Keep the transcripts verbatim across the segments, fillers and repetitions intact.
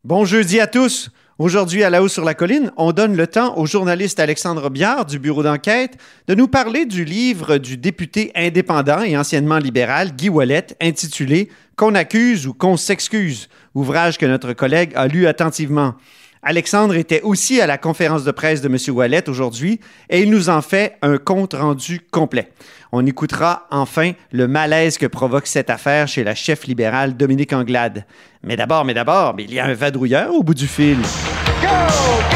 Bon jeudi à tous. Aujourd'hui, à La Hausse sur la Colline, on donne le temps au journaliste Alexandre Biard du bureau d'enquête de nous parler du livre du député indépendant et anciennement libéral Guy Ouellet intitulé « Qu'on accuse ou qu'on s'excuse », ouvrage que notre collègue a lu attentivement. Alexandre était aussi à la conférence de presse de M. Ouellet aujourd'hui et il nous en fait un compte-rendu complet. On écoutera enfin le malaise que provoque cette affaire chez la chef libérale Dominique Anglade. Mais d'abord, mais d'abord, mais il y a un vadrouilleur au bout du fil. Go! Go!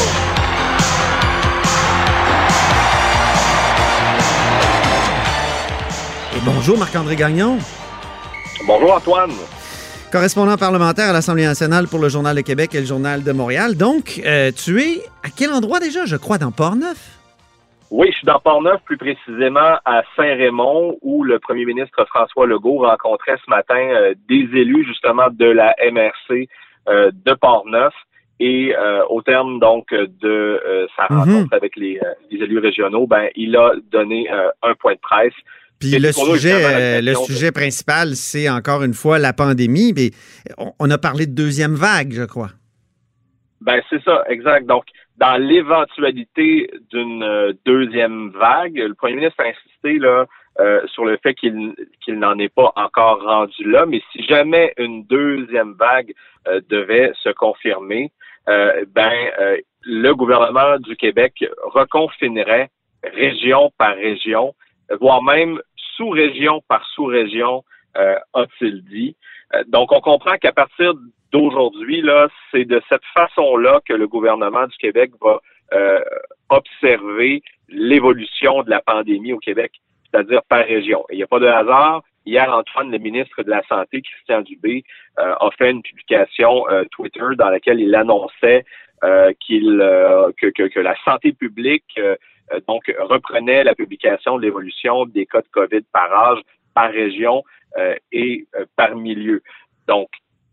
Et bonjour Marc-André Gagnon. Bonjour Antoine. Correspondant parlementaire à l'Assemblée nationale pour le Journal de Québec et le Journal de Montréal. Donc, euh, tu es à quel endroit déjà? Je crois dans Port-Neuf. Oui, je suis dans Port-Neuf, plus précisément à Saint-Raymond, où le premier ministre François Legault rencontrait ce matin euh, des élus justement de la M R C euh, de Port-Neuf. Et euh, au terme donc de euh, sa rencontre mm-hmm. avec les, euh, les élus régionaux, ben il a donné euh, un point de presse. Puis le sujet, euh, le sujet de... principal, c'est encore une fois la pandémie. Mais on, on a parlé de deuxième vague, je crois. Ben c'est ça, exact. Donc, dans l'éventualité d'une euh, deuxième vague, le premier ministre a insisté là euh, sur le fait qu'il qu'il n'en est pas encore rendu là. Mais si jamais une deuxième vague euh, devait se confirmer, euh, ben euh, le gouvernement du Québec reconfinerait région par région, voire même sous-région par sous-région, euh, a-t-il dit. Euh, donc, on comprend qu'à partir d'aujourd'hui, là, c'est de cette façon-là que le gouvernement du Québec va euh, observer l'évolution de la pandémie au Québec, c'est-à-dire par région. Et il n'y a pas de hasard. Hier, Antoine, le ministre de la Santé, Christian Dubé, euh, a fait une publication euh, Twitter dans laquelle il annonçait euh, qu'il euh, que, que, que la santé publique euh, donc reprenait la publication de l'évolution des cas de COVID par âge, par région euh, et euh, par milieu. Donc,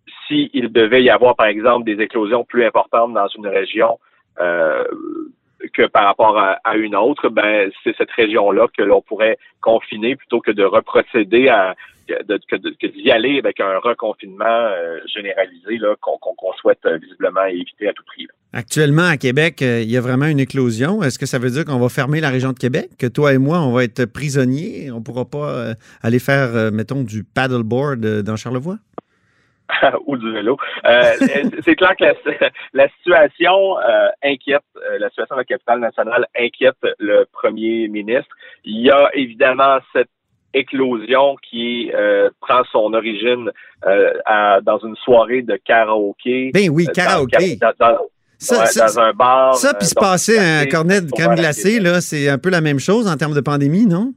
s'il devait y avoir, par exemple, des éclosions plus importantes dans une région euh, que par rapport à, à une autre, ben c'est cette région-là que l'on pourrait confiner plutôt que de reprocéder à de, que, de, que d'y aller avec un reconfinement euh, généralisé là, qu'on, qu'on, qu'on souhaite euh, visiblement éviter à tout prix. Là. Actuellement, à Québec, euh, il y a vraiment une éclosion. Est-ce que ça veut dire qu'on va fermer la région de Québec? Que toi et moi, on va être prisonniers? On ne pourra pas euh, aller faire, euh, mettons, du paddleboard euh, dans Charlevoix? Ou du vélo. Euh, c'est clair que la, la situation euh, inquiète, euh, la situation de la capitale nationale inquiète le premier ministre. Il y a évidemment cette éclosion qui euh, prend son origine euh, à, dans une soirée de karaoké. Ben oui, karaoké. Dans, dans, ça, ouais, ça, dans un bar. Ça, puis se passer un cornet de crème glacée, là, c'est un peu la même chose en termes de pandémie, non?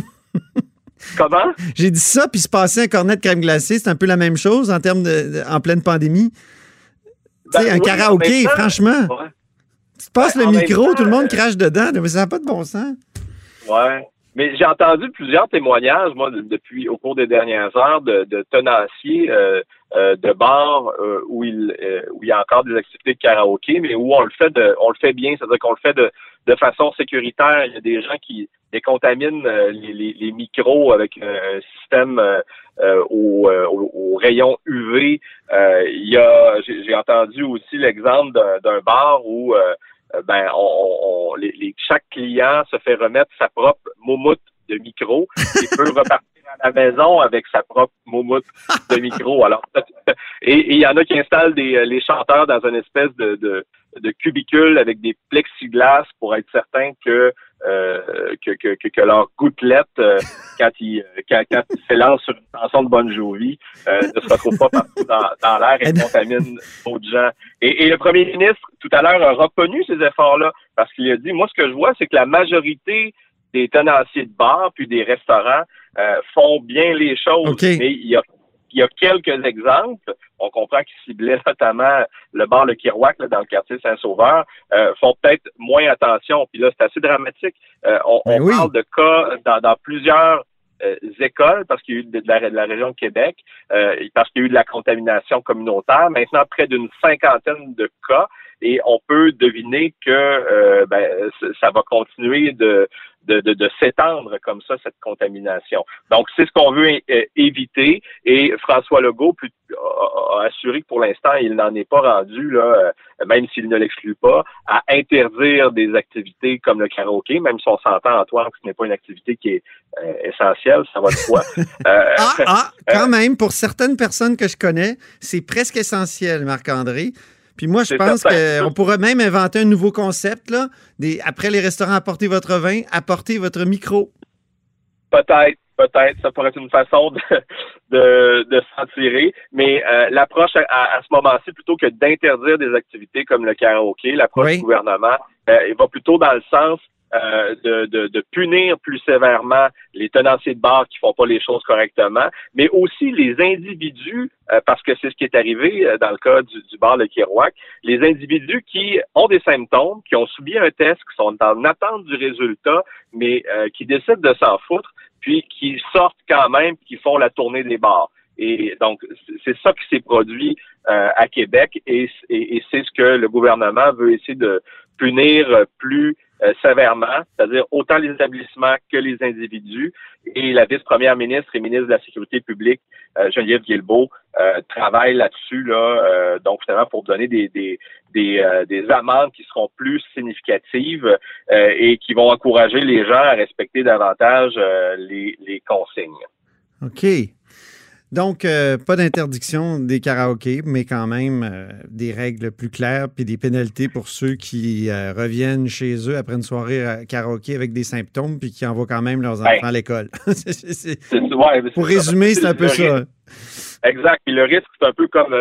Comment? J'ai dit ça, puis se passer un cornet de crème glacée, c'est un peu la même chose en termes de, de en pleine pandémie. Ben, tu sais, un oui, karaoké, franchement. Ouais. Tu te passes ben, le micro, temps, tout le monde euh... crache dedans, mais ça n'a pas de bon sens. Ouais. Mais j'ai entendu plusieurs témoignages, moi, de, depuis au cours des dernières heures, de, de tenanciers euh, euh, de bars euh, où il euh, où il y a encore des activités de karaoké, mais où on le fait de on le fait bien, c'est-à-dire qu'on le fait de, de façon sécuritaire. Il y a des gens qui décontaminent euh, les, les, les micros avec un système euh, euh, au, euh, au, au rayon U V. Euh, il y a j'ai, j'ai entendu aussi l'exemple d'un, d'un bar où euh, ben on, on les, les, chaque client se fait remettre sa propre moumoute de micro et peut repartir à la maison avec sa propre moumoute de micro. Alors et il y en a qui installent des les chanteurs dans une espèce de, de de cubicule avec des plexiglas pour être certain que euh, que, que, que, que leur gouttelette, euh, quand ils quand, quand ils s'élancent sur une chanson de Bon Jovi, euh, ne se retrouve pas partout dans, dans l'air et contamine d'autres gens. Et, et le premier ministre, tout à l'heure, a reconnu ces efforts-là, parce qu'il a dit, moi, ce que je vois, c'est que la majorité des tenanciers de bars puis des restaurants euh, font bien les choses, okay. mais il y a Il y a quelques exemples, on comprend qu'ils ciblaient notamment le bar Le Kirouac là, dans le quartier Saint-Sauveur, euh, font peut-être moins attention. Puis là, c'est assez dramatique. Euh, on on oui. parle de cas dans, dans plusieurs euh, écoles, parce qu'il y a eu de, de, la, de la région de Québec, euh, parce qu'il y a eu de la contamination communautaire. Maintenant, près d'une cinquantaine de cas. Et on peut deviner que euh, ben, ça va continuer de, de, de, de s'étendre comme ça, cette contamination. Donc, c'est ce qu'on veut é- éviter. Et François Legault plus, a, a assuré que pour l'instant, il n'en est pas rendu, là, euh, même s'il ne l'exclut pas, à interdire des activités comme le karaoké, même si on s'entend, Antoine, que ce n'est pas une activité qui est euh, essentielle, ça va de soi. Euh, ah, ah, quand même, pour certaines personnes que je connais, c'est presque essentiel, Marc-André. Puis moi, je pense qu'on pourrait même inventer un nouveau concept, là. Des, après les restaurants, apportez votre vin, apportez votre micro. Peut-être, peut-être. Ça pourrait être une façon de, de, de s'en tirer. Mais euh, l'approche à, à ce moment-ci, plutôt que d'interdire des activités comme le karaoké, l'approche oui. du gouvernement, euh, il va plutôt dans le sens Euh, de, de, de punir plus sévèrement les tenanciers de bar qui font pas les choses correctement, mais aussi les individus, euh, parce que c'est ce qui est arrivé euh, dans le cas du, du bar Le Kerouac, les individus qui ont des symptômes, qui ont subi un test, qui sont en attente du résultat, mais euh, qui décident de s'en foutre, puis qui sortent quand même, qui font la tournée des bars. Et donc, c'est ça qui s'est produit euh, à Québec et, et, et c'est ce que le gouvernement veut essayer de punir plus euh, sévèrement, c'est-à-dire autant les établissements que les individus. Et la vice-première ministre et ministre de la Sécurité publique, euh, Geneviève Guilbeault, euh, travaille là-dessus, là, euh, donc finalement pour donner des des des, euh, des amendes qui seront plus significatives euh, et qui vont encourager les gens à respecter davantage euh, les, les consignes. OK. Donc, euh, pas d'interdiction des karaokés, mais quand même euh, des règles plus claires puis des pénalités pour ceux qui euh, reviennent chez eux après une soirée à karaoké avec des symptômes puis qui envoient quand même leurs enfants ben, à l'école. c'est, c'est, c'est... C'est, ouais, pour c'est résumer, c'est, c'est un peu ça. Exact. Et le risque, c'est un peu comme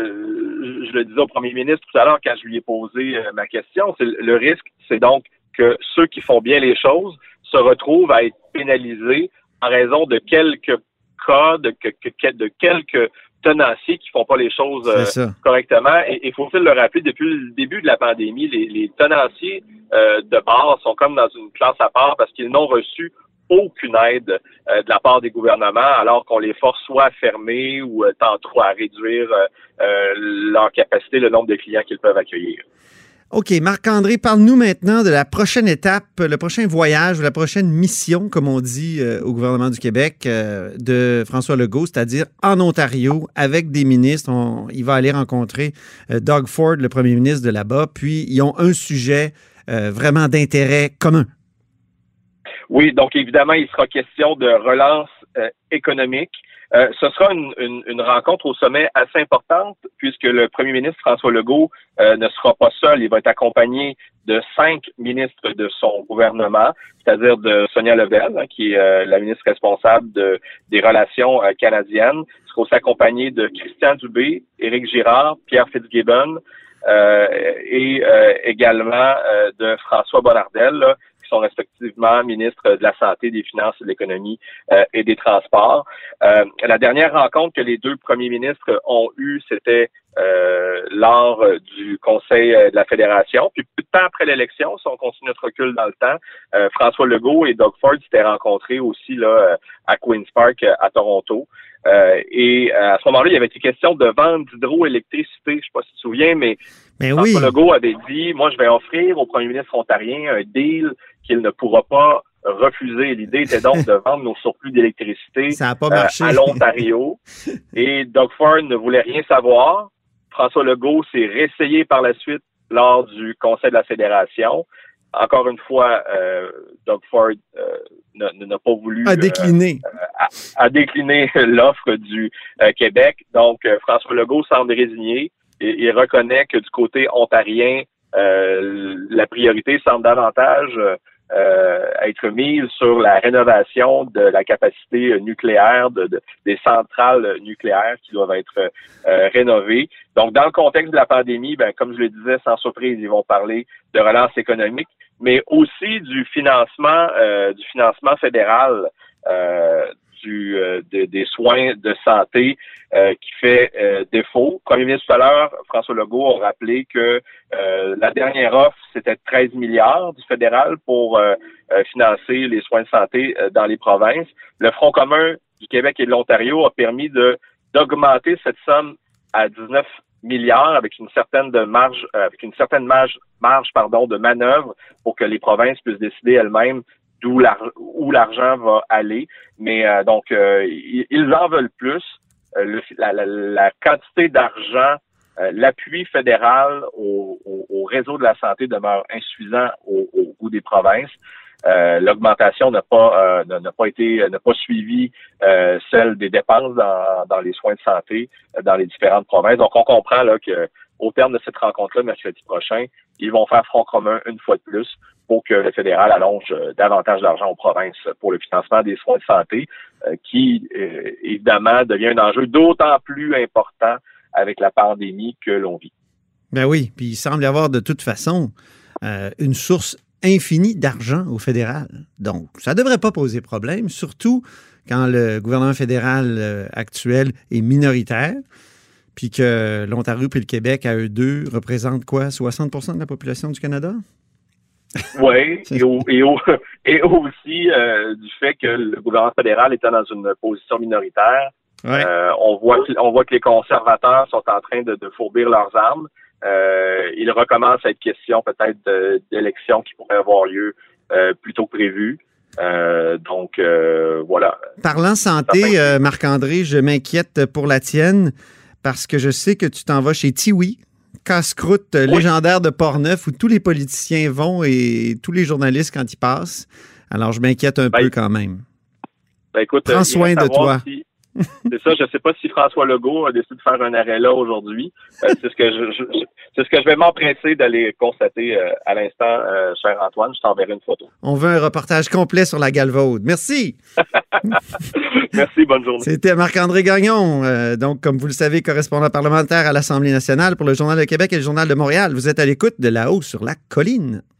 euh, je le disais au premier ministre tout à l'heure quand je lui ai posé euh, ma question. C'est, le risque, c'est donc que ceux qui font bien les choses se retrouvent à être pénalisés en raison de quelques cas, de, de, de quelques tenanciers qui font pas les choses euh, correctement. Et il faut-il le rappeler, depuis le début de la pandémie, les, les tenanciers euh, de bar sont comme dans une classe à part parce qu'ils n'ont reçu aucune aide euh, de la part des gouvernements, alors qu'on les force soit à fermer ou euh, tantôt à réduire euh, euh, leur capacité, le nombre de clients qu'ils peuvent accueillir. OK, Marc-André, parle-nous maintenant de la prochaine étape, le prochain voyage ou la prochaine mission, comme on dit euh, au gouvernement du Québec, euh, de François Legault, c'est-à-dire en Ontario, avec des ministres. On, il va aller rencontrer euh, Doug Ford, le premier ministre de là-bas, puis ils ont un sujet euh, vraiment d'intérêt commun. Oui, donc évidemment, il sera question de relance euh, économique. Euh, ce sera une, une, une rencontre au sommet assez importante puisque le premier ministre François Legault euh, ne sera pas seul. Il va être accompagné de cinq ministres de son gouvernement, c'est-à-dire de Sonia Lebel, hein, qui est euh, la ministre responsable de, des relations euh, canadiennes. Il sera aussi accompagné de Christian Dubé, Éric Girard, Pierre Fitzgibbon euh, et euh, également euh, de François Bonnardel, là, qui sont respectivement ministres de la Santé, des Finances, de l'Économie euh, et des Transports. Euh, la dernière rencontre que les deux premiers ministres ont eue, c'était euh, lors du Conseil de la Fédération. Puis peu de temps après l'élection, si on continue notre recul dans le temps, euh, François Legault et Doug Ford s'étaient rencontrés aussi là à Queen's Park à Toronto. Euh, et à ce moment-là, il y avait été question de vente d'hydroélectricité. Je ne sais pas si tu te souviens, mais, mais François oui. Legault avait dit, moi, je vais offrir au premier ministre ontarien un deal qu'il ne pourra pas refuser. L'idée était donc de vendre nos surplus d'électricité Ça a pas marché. Euh, à l'Ontario. Et Doug Ford ne voulait rien savoir. François Legault s'est réessayé par la suite lors du Conseil de la Fédération. Encore une fois, euh, Doug Ford euh, n'a, n'a pas voulu... A décliné. Euh, a, a décliné l'offre du euh, Québec. Donc, euh, François Legault semble résigné. Et, il reconnaît que du côté ontarien, euh, la priorité semble davantage euh, être mise sur la rénovation de la capacité nucléaire, de, de, des centrales nucléaires qui doivent être euh, rénovées. Donc, dans le contexte de la pandémie, ben, comme je le disais, sans surprise, ils vont parler de relance économique, mais aussi du financement, euh, du financement fédéral euh, du, euh, de, des soins de santé euh, qui fait euh, défaut. Le premier ministre tout à l'heure, François Legault, a rappelé que euh, la dernière offre, c'était treize milliards du fédéral pour euh, euh, financer les soins de santé euh, dans les provinces. Le Front commun du Québec et de l'Ontario a permis de d'augmenter cette somme à dix-neuf milliards avec une certaine de marge, euh, avec une certaine marge, marge pardon, de manœuvre pour que les provinces puissent décider elles-mêmes d'où l'ar- où l'argent va aller. Mais euh, donc, euh, ils en veulent plus. Euh, le, la, la, la quantité d'argent, euh, l'appui fédéral au, au, au réseau de la santé demeure insuffisant au, au goût des provinces. Euh, l'augmentation n'a pas euh, n'a pas été n'a pas suivi euh, celle des dépenses dans, dans les soins de santé euh, dans les différentes provinces. Donc, on comprend là que au terme de cette rencontre-là, mercredi prochain, ils vont faire front commun une fois de plus pour que le fédéral allonge euh, davantage d'argent aux provinces pour le financement des soins de santé, euh, qui, euh, évidemment, devient un enjeu d'autant plus important avec la pandémie que l'on vit. Ben oui, puis il semble y avoir de toute façon euh, une source infinie d'argent au fédéral. Donc, ça ne devrait pas poser problème, surtout quand le gouvernement fédéral euh, actuel est minoritaire, puis que l'Ontario puis le Québec, à eux deux, représentent quoi, soixante pour cent de la population du Canada? Oui, et, au, et, au, et aussi euh, du fait que le gouvernement fédéral étant dans une position minoritaire, ouais. euh, on voit que, on voit que les conservateurs sont en train de, de fourbir leurs armes. Euh, il recommence à être question peut-être de, d'élections qui pourraient avoir lieu euh, plus tôt que prévu. Euh, donc, euh, voilà. Parlant santé, euh, Marc-André, je m'inquiète pour la tienne parce que je sais que tu t'en vas chez Tiwi, casse-croûte oui. légendaire de Portneuf où tous les politiciens vont et tous les journalistes quand ils passent. Alors, je m'inquiète un ben, peu quand même. Ben écoute, prends soin de toi. Si... C'est ça, je ne sais pas si François Legault a décidé de faire un arrêt là aujourd'hui. Euh, c'est ce que je, je, je c'est ce que je vais m'empresser d'aller constater euh, à l'instant, euh, cher Antoine. Je t'enverrai une photo. On veut un reportage complet sur la Galvaude. Merci. Merci, bonne journée. C'était Marc-André Gagnon, euh, donc comme vous le savez, correspondant parlementaire à l'Assemblée nationale pour le Journal de Québec et le Journal de Montréal. Vous êtes à l'écoute de Là-haut sur la colline.